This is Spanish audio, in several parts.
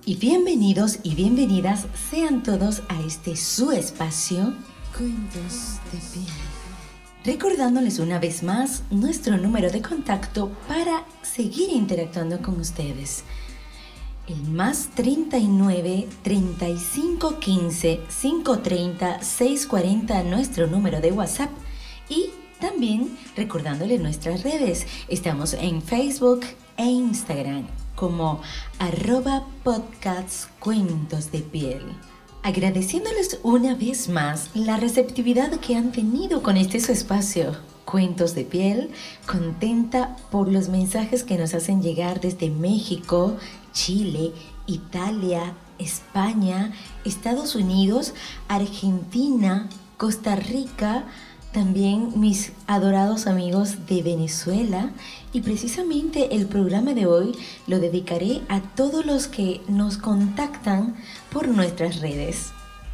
Y bienvenidos y bienvenidas sean todos a este su espacio Cuentos de Piel. Recordándoles una vez más nuestro número de contacto para seguir interactuando con ustedes. El más 39 35 15 530 640, nuestro número de WhatsApp. Y también recordándoles nuestras redes. Estamos en Facebook e Instagram como @podcasts Cuentos de Piel. Agradeciéndoles una vez más la receptividad que han tenido con este su espacio, Cuentos de Piel, contenta por los mensajes que nos hacen llegar desde México, Chile, Italia, España, Estados Unidos, Argentina, Costa Rica, también mis adorados amigos de Venezuela, y precisamente el programa de hoy lo dedicaré a todos los que nos contactan por nuestras redes.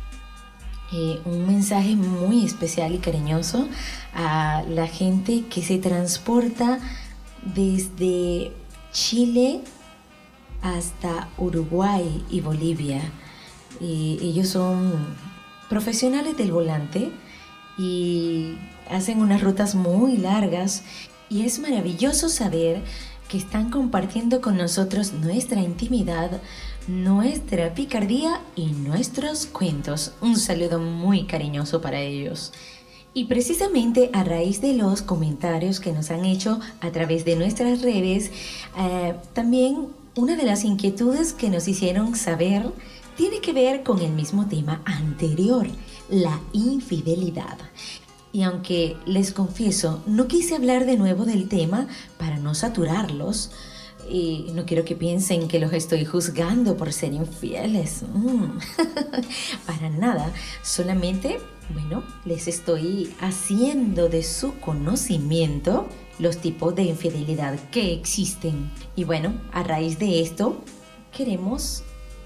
Un mensaje muy especial y cariñoso a la gente que se transporta desde Chile hasta Uruguay y Bolivia. Ellos son profesionales del volante y hacen unas rutas muy largas, y es maravilloso saber que están compartiendo con nosotros nuestra intimidad, nuestra picardía y nuestros cuentos. Un saludo muy cariñoso para ellos. Y precisamente a raíz de los comentarios que nos han hecho a través de nuestras redes, también una de las inquietudes que nos hicieron saber tiene que ver con el mismo tema anterior, la infidelidad. Y aunque les confieso, no quise hablar de nuevo del tema para no saturarlos, y no quiero que piensen que los estoy juzgando por ser infieles. Para nada, solamente, les estoy haciendo de su conocimiento los tipos de infidelidad que existen. Y a raíz de esto, queremos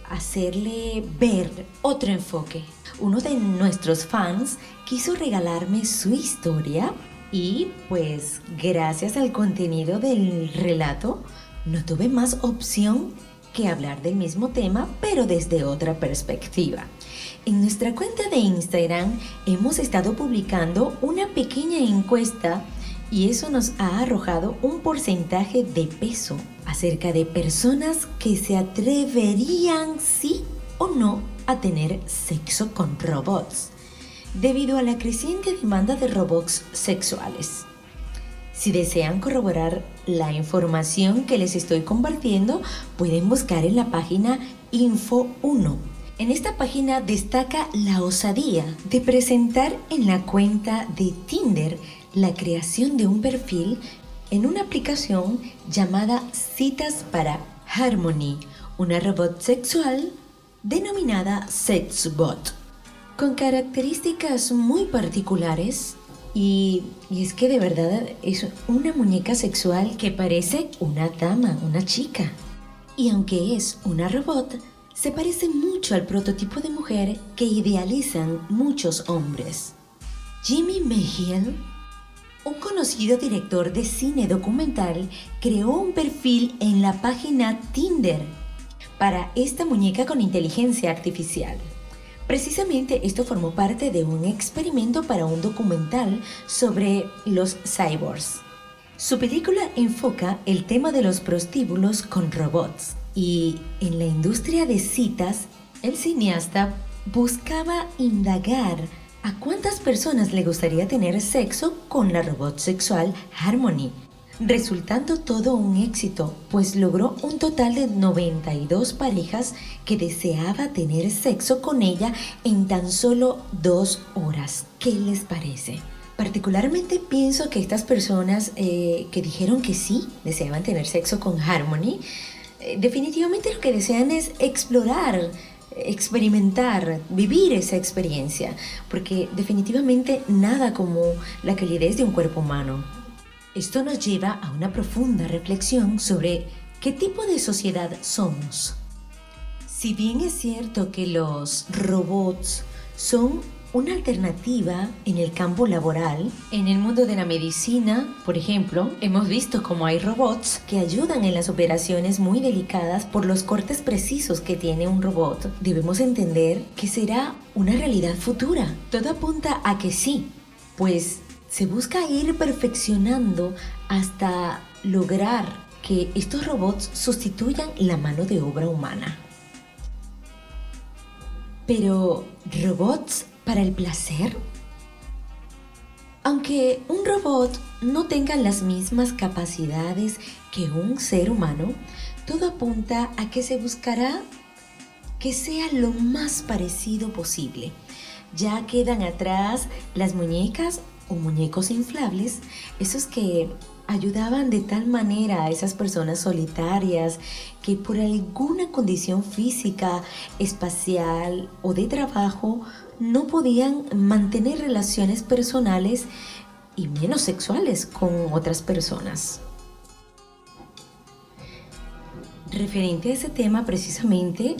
hacerle ver otro enfoque. Uno de nuestros fans quiso regalarme su historia y pues gracias al contenido del relato no tuve más opción que hablar del mismo tema, pero desde otra perspectiva. En nuestra cuenta de Instagram hemos estado publicando una pequeña encuesta y eso nos ha arrojado un porcentaje de peso acerca de personas que se atreverían sí o no a tener sexo con robots, debido a la creciente demanda de robots sexuales. Si desean corroborar la información que les estoy compartiendo, pueden buscar en la página Info1. En esta página destaca la osadía de presentar en la cuenta de Tinder la creación de un perfil en una aplicación llamada Citas para Harmony, una robot sexual denominada SexBot, con características muy particulares. Y es que de verdad es una muñeca sexual que parece una dama, una chica. Y aunque es una robot, se parece mucho al prototipo de mujer que idealizan muchos hombres. Jimmy Mehiel, un conocido director de cine documental, creó un perfil en la página Tinder para esta muñeca con inteligencia artificial. Precisamente esto formó parte de un experimento para un documental sobre los cyborgs. Su película enfoca el tema de los prostíbulos con robots, y en la industria de citas, el cineasta buscaba indagar a cuántas personas le gustaría tener sexo con la robot sexual Harmony, resultando todo un éxito, pues logró un total de 92 parejas que deseaba tener sexo con ella en tan solo 2 horas. ¿Qué les parece? Particularmente pienso que estas personas que dijeron que sí, deseaban tener sexo con Harmony, definitivamente lo que desean es explorar, experimentar, vivir esa experiencia, porque definitivamente nada como la calidez de un cuerpo humano. Esto nos lleva a una profunda reflexión sobre qué tipo de sociedad somos. Si bien es cierto que los robots son una alternativa en el campo laboral. En el mundo de la medicina, por ejemplo, hemos visto cómo hay robots que ayudan en las operaciones muy delicadas por los cortes precisos que tiene un robot. Debemos entender que será una realidad futura. Todo apunta a que sí, pues se busca ir perfeccionando hasta lograr que estos robots sustituyan la mano de obra humana. Pero, ¿robots para el placer? Aunque un robot no tenga las mismas capacidades que un ser humano, todo apunta a que se buscará que sea lo más parecido posible. Ya quedan atrás las muñecas o muñecos inflables, esos que ayudaban de tal manera a esas personas solitarias que por alguna condición física, espacial o de trabajo no podían mantener relaciones personales y menos sexuales con otras personas. Referente a ese tema precisamente,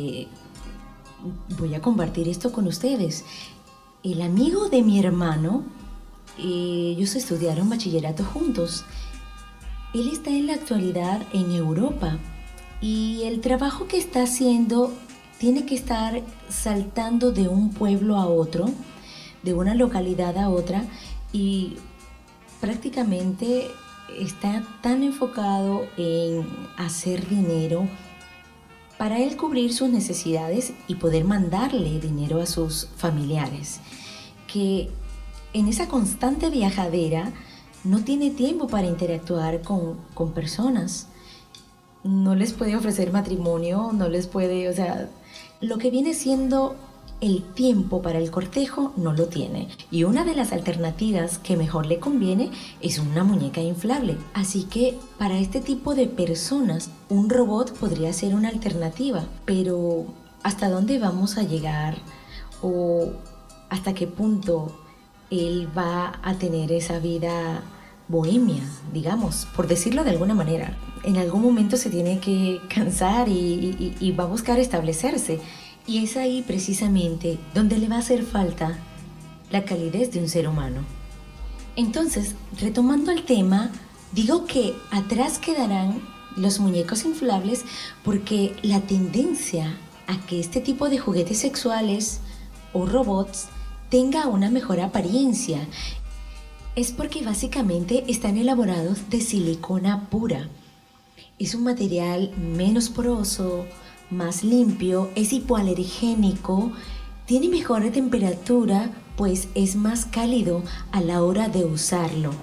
voy a compartir esto con ustedes. El amigo de mi hermano, ellos estudiaron bachillerato juntos. Él está en la actualidad en Europa y el trabajo que está haciendo tiene que estar saltando de un pueblo a otro, de una localidad a otra, y prácticamente está tan enfocado en hacer dinero para él cubrir sus necesidades y poder mandarle dinero a sus familiares, que en esa constante viajadera no tiene tiempo para interactuar con personas. No les puede ofrecer matrimonio, no les puede, lo que viene siendo el tiempo para el cortejo no lo tiene. Y una de las alternativas que mejor le conviene es una muñeca inflable. Así que para este tipo de personas, un robot podría ser una alternativa. Pero ¿hasta dónde vamos a llegar? ¿O hasta qué punto él va a tener esa vida bohemia, digamos, por decirlo de alguna manera? En algún momento se tiene que cansar y va a buscar establecerse. Y es ahí precisamente donde le va a hacer falta la calidez de un ser humano. Entonces, retomando el tema, digo que atrás quedarán los muñecos inflables porque la tendencia a que este tipo de juguetes sexuales o robots tenga una mejor apariencia es porque básicamente están elaborados de silicona pura. Es un material menos poroso, más limpio, es hipoalergénico, tiene mejor temperatura, pues es más cálido a la hora de usarlo.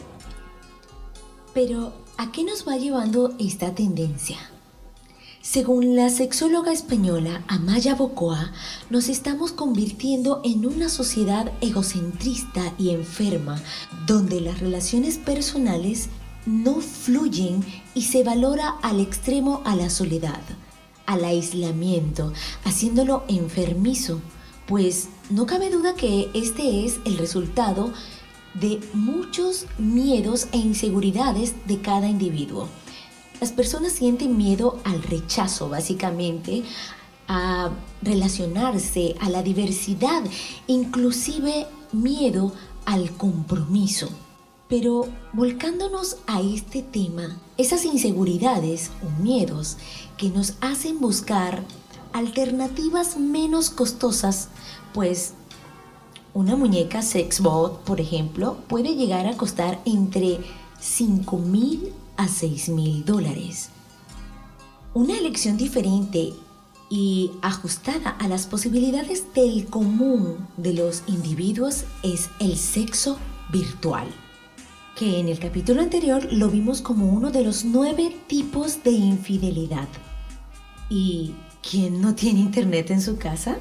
Pero, ¿a qué nos va llevando esta tendencia? Según la sexóloga española Amaya Bocoa, nos estamos convirtiendo en una sociedad egocentrista y enferma, donde las relaciones personales no fluyen y se valora al extremo a la soledad, al aislamiento, haciéndolo enfermizo, pues no cabe duda que este es el resultado de muchos miedos e inseguridades de cada individuo. Las personas sienten miedo al rechazo, básicamente, a relacionarse, a la diversidad, inclusive miedo al compromiso. Pero volcándonos a este tema, esas inseguridades o miedos que nos hacen buscar alternativas menos costosas, pues una muñeca sexbot, por ejemplo, puede llegar a costar entre $5,000 a $6,000. Una elección diferente y ajustada a las posibilidades del común de los individuos es el sexo virtual, que en el capítulo anterior lo vimos como uno de los 9 tipos de infidelidad. ¿Y quién no tiene internet en su casa?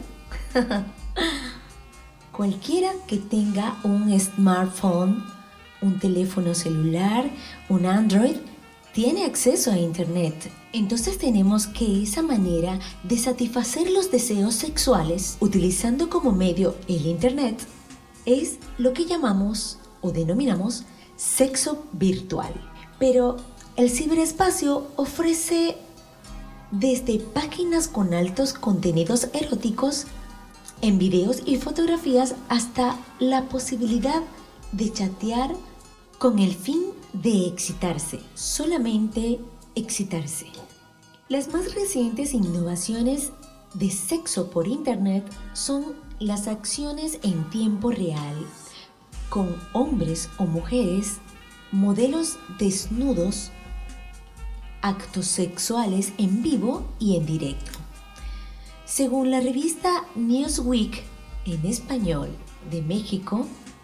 Cualquiera que tenga un smartphone, un teléfono celular, un Android, tiene acceso a internet. Entonces tenemos que esa manera de satisfacer los deseos sexuales utilizando como medio el internet es lo que llamamos o denominamos sexo virtual. Pero el ciberespacio ofrece desde páginas con altos contenidos eróticos en videos y fotografías hasta la posibilidad de chatear con el fin de excitarse, solamente excitarse. Las más recientes innovaciones de sexo por internet son las acciones en tiempo real, con hombres o mujeres, modelos desnudos, actos sexuales en vivo y en directo. Según la revista Newsweek en español de México,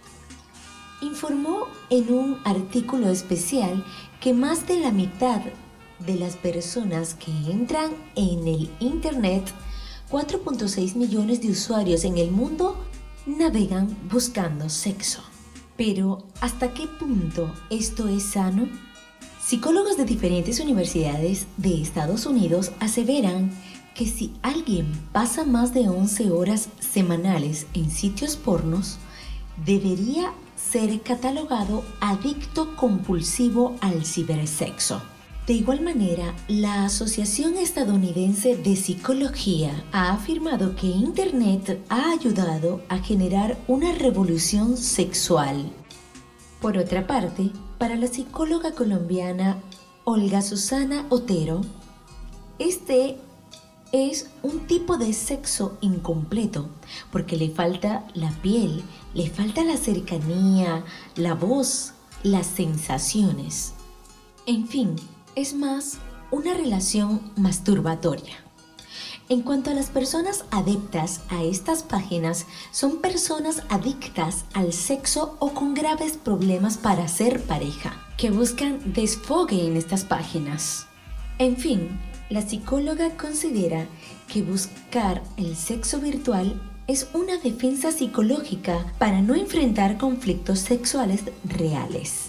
informó en un artículo especial que más de la mitad de las personas que entran en el Internet, 4.6 millones de usuarios en el mundo, navegan buscando sexo. Pero, ¿hasta qué punto esto es sano? Psicólogos de diferentes universidades de Estados Unidos aseveran que si alguien pasa más de 11 horas semanales en sitios pornos, debería ser catalogado adicto compulsivo al cibersexo. De igual manera, la Asociación Estadounidense de Psicología ha afirmado que Internet ha ayudado a generar una revolución sexual. Por otra parte, para la psicóloga colombiana Olga Susana Otero, este es un tipo de sexo incompleto, porque le falta la piel, le falta la cercanía, la voz, las sensaciones. En fin, es más una relación masturbatoria. En cuanto a las personas adeptas a estas páginas, son personas adictas al sexo o con graves problemas para ser pareja, que buscan desfogue en estas páginas. En fin, la psicóloga considera que buscar el sexo virtual es una defensa psicológica para no enfrentar conflictos sexuales reales.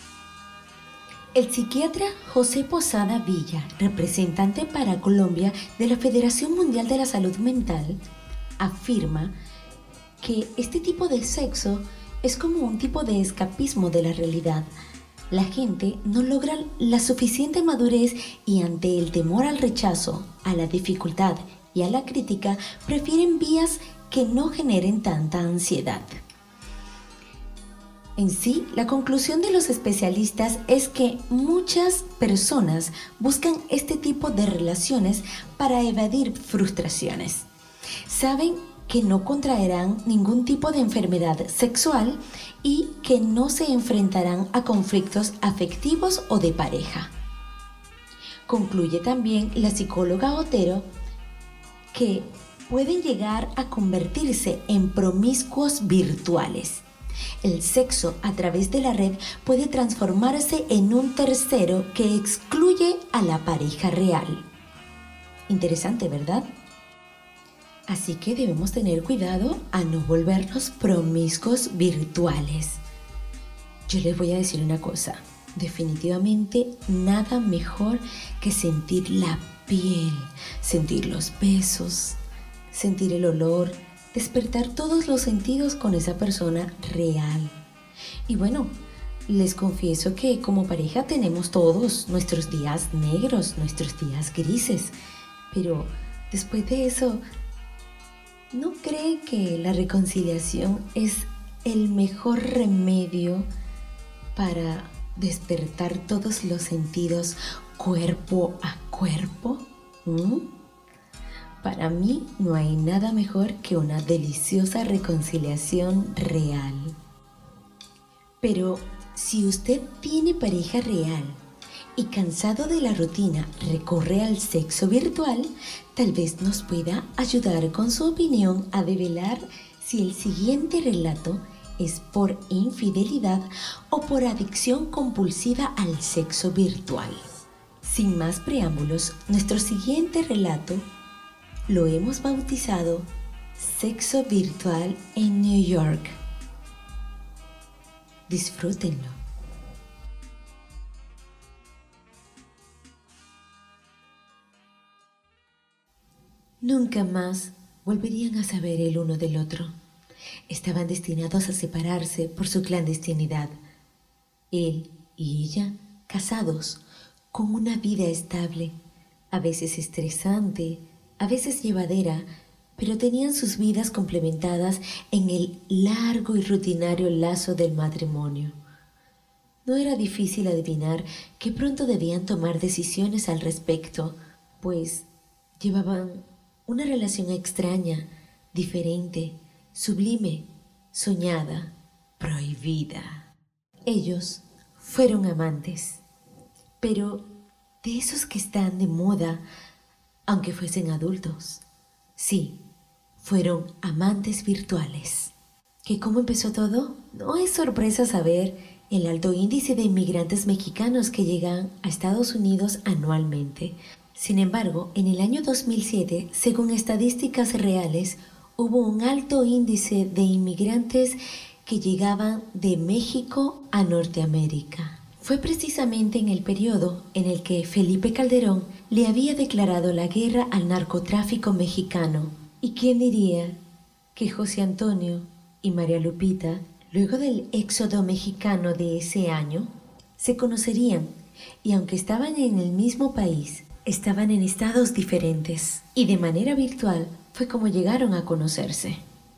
El psiquiatra José Posada Villa, representante para Colombia de la Federación Mundial de la Salud Mental, afirma que este tipo de sexo es como un tipo de escapismo de la realidad. La gente no logra la suficiente madurez y ante el temor al rechazo, a la dificultad y a la crítica, prefieren vías que no generen tanta ansiedad. En sí, la conclusión de los especialistas es que muchas personas buscan este tipo de relaciones para evadir frustraciones. Saben que no contraerán ningún tipo de enfermedad sexual y que no se enfrentarán a conflictos afectivos o de pareja. Concluye también la psicóloga Otero que pueden llegar a convertirse en promiscuos virtuales. El sexo a través de la red puede transformarse en un tercero que excluye a la pareja real. Interesante, ¿verdad? Así que debemos tener cuidado a no volvernos promiscuos virtuales. Yo les voy a decir una cosa, definitivamente nada mejor que sentir la piel, sentir los besos, sentir el olor, despertar todos los sentidos con esa persona real. Y bueno, les confieso que como pareja tenemos todos nuestros días negros, nuestros días grises, pero después de eso, ¿no cree que la reconciliación es el mejor remedio para despertar todos los sentidos cuerpo a cuerpo? Para mí no hay nada mejor que una deliciosa reconciliación real. Pero si usted tiene pareja real y cansado de la rutina recurre al sexo virtual, tal vez nos pueda ayudar con su opinión a develar si el siguiente relato es por infidelidad o por adicción compulsiva al sexo virtual. Sin más preámbulos, nuestro siguiente relato lo hemos bautizado Sexo Virtual en New York. Disfrútenlo. Nunca más volverían a saber el uno del otro. Estaban destinados a separarse por su clandestinidad. Él y ella, casados, con una vida estable, a veces estresante, a veces llevadera, pero tenían sus vidas complementadas en el largo y rutinario lazo del matrimonio. No era difícil adivinar que pronto debían tomar decisiones al respecto, pues llevaban una relación extraña, diferente, sublime, soñada, prohibida. Ellos fueron amantes, pero de esos que están de moda, aunque fuesen adultos. Sí, fueron amantes virtuales. ¿Que cómo empezó todo? No es sorpresa saber el alto índice de inmigrantes mexicanos que llegan a Estados Unidos anualmente. Sin embargo, en el año 2007, según estadísticas reales, hubo un alto índice de inmigrantes que llegaban de México a Norteamérica. Fue precisamente en el periodo en el que Felipe Calderón le había declarado la guerra al narcotráfico mexicano. ¿Y quién diría que José Antonio y María Lupita, luego del éxodo mexicano de ese año, se conocerían y aunque estaban en el mismo país, estaban en estados diferentes y de manera virtual fue como llegaron a conocerse?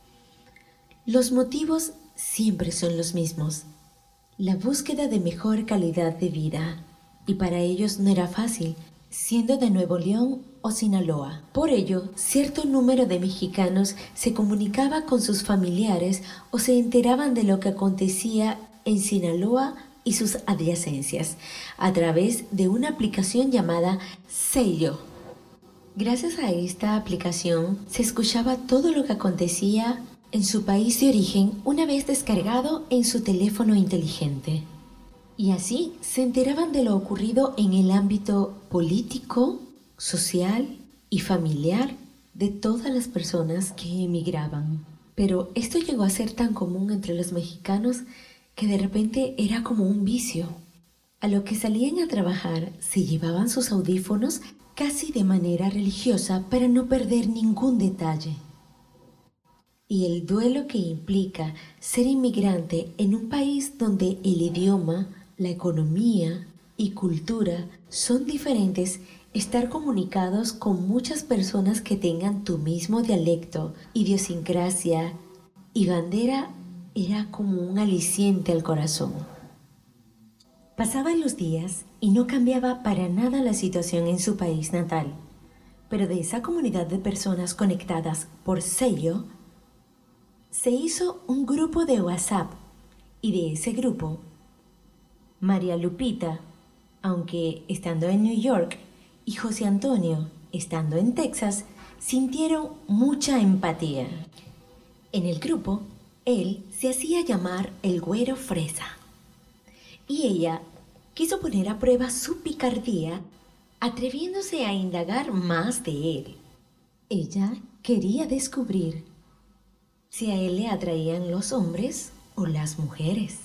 Los motivos siempre son los mismos: la búsqueda de mejor calidad de vida, y para ellos no era fácil, siendo de Nuevo León o Sinaloa. Por ello, cierto número de mexicanos se comunicaba con sus familiares o se enteraban de lo que acontecía en Sinaloa y sus adyacencias a través de una aplicación llamada Sello. Gracias a esta aplicación se escuchaba todo lo que acontecía en su país de origen una vez descargado en su teléfono inteligente. Y así se enteraban de lo ocurrido en el ámbito político, social y familiar de todas las personas que emigraban. Pero esto llegó a ser tan común entre los mexicanos que de repente era como un vicio. A lo que salían a trabajar se llevaban sus audífonos casi de manera religiosa para no perder ningún detalle. Y el duelo que implica ser inmigrante en un país donde el idioma, la economía y cultura son diferentes, estar comunicados con muchas personas que tengan tu mismo dialecto, idiosincrasia y bandera era como un aliciente al corazón. Pasaban los días y no cambiaba para nada la situación en su país natal, pero de esa comunidad de personas conectadas por Sello, se hizo un grupo de WhatsApp y de ese grupo, María Lupita, aunque estando en New York, y José Antonio, estando en Texas, sintieron mucha empatía. En el grupo, él se hacía llamar el güero fresa y ella quiso poner a prueba su picardía atreviéndose a indagar más de él. Ella quería descubrir si a él le atraían los hombres o las mujeres.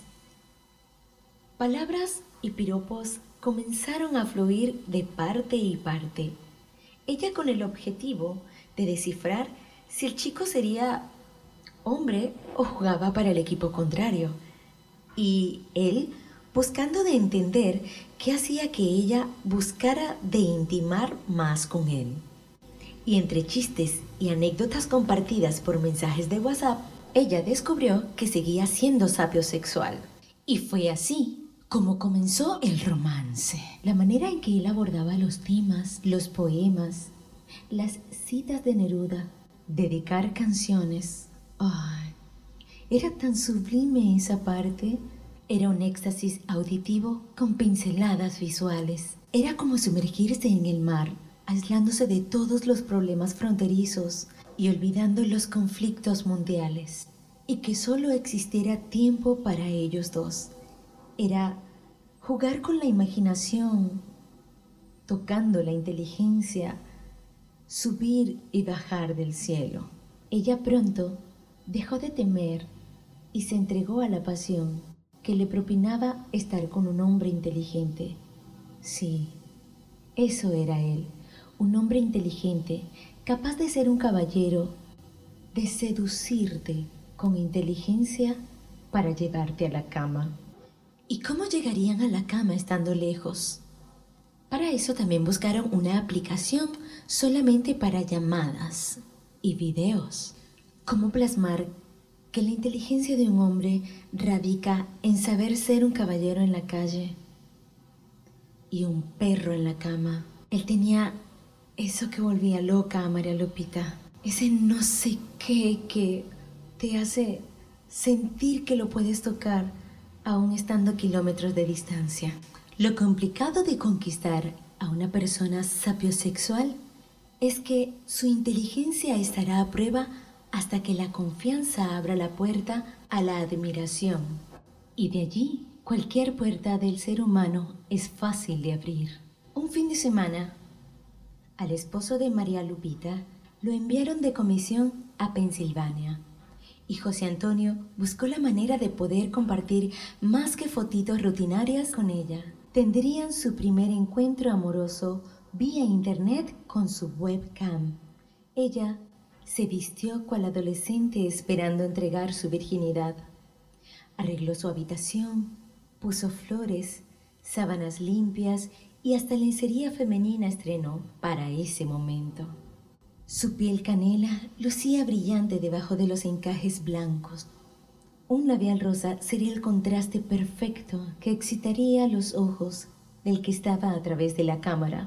Palabras y piropos comenzaron a fluir de parte y parte. Ella con el objetivo de descifrar si el chico sería hombre o jugaba para el equipo contrario. Y él buscando de entender qué hacía que ella buscara de intimar más con él. Y entre chistes y anécdotas compartidas por mensajes de WhatsApp, ella descubrió que seguía siendo sapiosexual. Y fue así como comenzó el romance. La manera en que él abordaba los temas, los poemas, las citas de Neruda, dedicar canciones. ¡Ay! Era tan sublime esa parte. Era un éxtasis auditivo con pinceladas visuales. Era como sumergirse en el mar, aislándose de todos los problemas fronterizos y olvidando los conflictos mundiales. Y que solo existiera tiempo para ellos dos. Era jugar con la imaginación, tocando la inteligencia, subir y bajar del cielo. Ella pronto dejó de temer y se entregó a la pasión que le propinaba estar con un hombre inteligente. Sí, eso era él, un hombre inteligente, capaz de ser un caballero, de seducirte con inteligencia para llevarte a la cama. ¿Y cómo llegarían a la cama estando lejos? Para eso también buscaron una aplicación solamente para llamadas. y videos. ¿Cómo plasmar que la inteligencia de un hombre radica en saber ser un caballero en la calle y un perro en la cama? Él tenía eso que volvía loca a María Lupita, ese no sé qué que te hace sentir que lo puedes tocar aún estando a kilómetros de distancia. Lo complicado de conquistar a una persona sapiosexual es que su inteligencia estará a prueba hasta que la confianza abra la puerta a la admiración. Y de allí, cualquier puerta del ser humano es fácil de abrir. Un fin de semana, al esposo de María Lupita lo enviaron de comisión a Pensilvania y José Antonio buscó la manera de poder compartir más que fotitos rutinarias con ella. Tendrían su primer encuentro amoroso vía internet con su webcam. Ella se vistió cual adolescente esperando entregar su virginidad. Arregló su habitación, puso flores, sábanas limpias y hasta lencería femenina estrenó para ese momento. Su piel canela lucía brillante debajo de los encajes blancos. Un labial rosa sería el contraste perfecto que excitaría los ojos del que estaba a través de la cámara.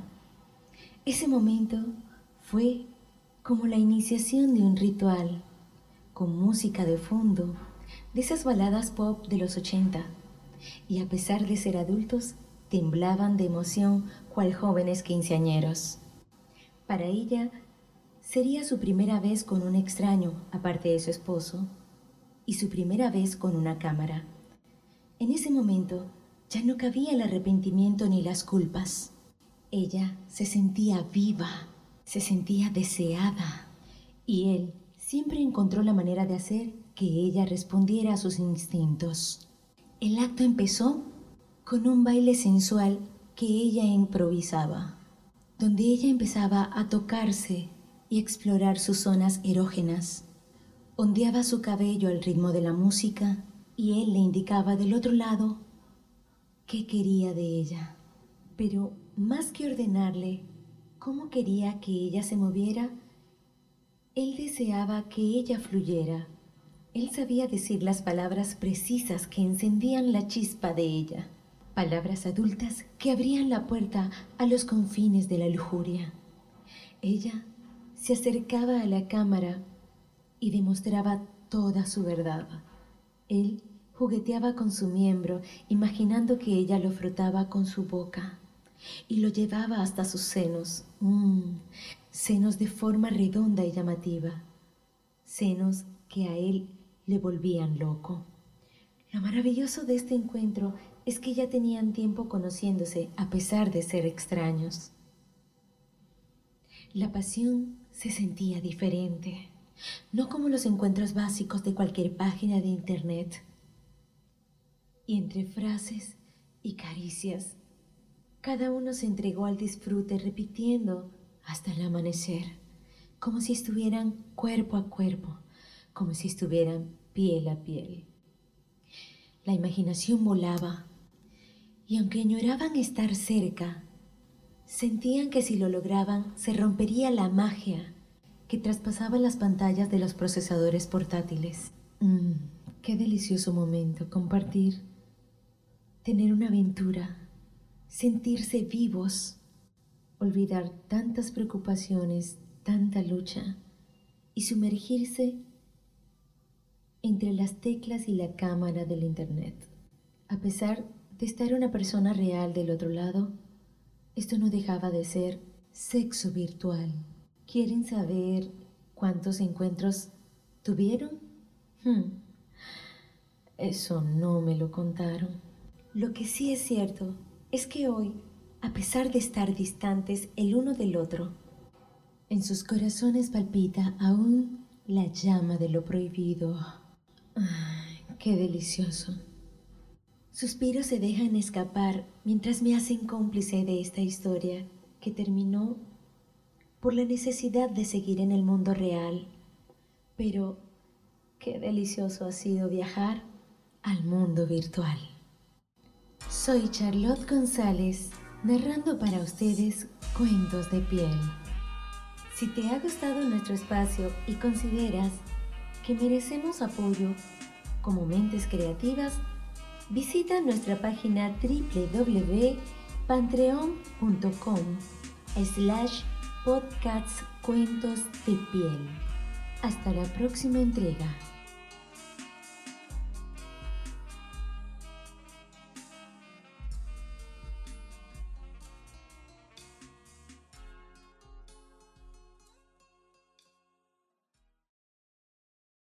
Ese momento fue como la iniciación de un ritual, con música de fondo, de esas baladas pop de los 80, y a pesar de ser adultos, temblaban de emoción cual jóvenes quinceañeros. Para ella, sería su primera vez con un extraño, aparte de su esposo, y su primera vez con una cámara. En ese momento, ya no cabía el arrepentimiento ni las culpas. Ella se sentía viva, se sentía deseada, y él siempre encontró la manera de hacer que ella respondiera a sus instintos. El acto empezó con un baile sensual que ella improvisaba, donde ella empezaba a tocarse y explorar sus zonas erógenas. Ondeaba su cabello al ritmo de la música y él le indicaba del otro lado qué quería de ella. Pero más que ordenarle cómo quería que ella se moviera, él deseaba que ella fluyera. Él sabía decir las palabras precisas que encendían la chispa de ella. Palabras adultas que abrían la puerta a los confines de la lujuria. Ella se acercaba a la cámara y demostraba toda su verdad. Él jugueteaba con su miembro, imaginando que ella lo frotaba con su boca y lo llevaba hasta sus senos. Senos de forma redonda y llamativa. Senos que a él le volvían loco. Lo maravilloso de este encuentro es que ya tenían tiempo conociéndose a pesar de ser extraños. La pasión se sentía diferente, no como los encuentros básicos de cualquier página de internet. Y entre frases y caricias, cada uno se entregó al disfrute repitiendo hasta el amanecer, como si estuvieran cuerpo a cuerpo, como si estuvieran piel a piel. La imaginación volaba, y aunque añoraban estar cerca, sentían que si lo lograban se rompería la magia que traspasaba las pantallas de los procesadores portátiles. Qué delicioso momento compartir, tener una aventura, sentirse vivos, olvidar tantas preocupaciones, tanta lucha y sumergirse entre las teclas y la cámara del internet. A pesar de estar una persona real del otro lado, esto no dejaba de ser sexo virtual. ¿Quieren saber cuántos encuentros tuvieron? Eso no me lo contaron. Lo que sí es cierto es que hoy, a pesar de estar distantes el uno del otro, en sus corazones palpita aún la llama de lo prohibido. ¡Ay, qué delicioso! Suspiros se dejan escapar mientras me hacen cómplice de esta historia que terminó por la necesidad de seguir en el mundo real. Pero qué delicioso ha sido viajar al mundo virtual. Soy Charlotte González, narrando para ustedes Cuentos de Piel. Si te ha gustado nuestro espacio y consideras que merecemos apoyo como mentes creativas, visita nuestra página www.patreon.com/podcastscuentos de piel. Hasta la próxima entrega.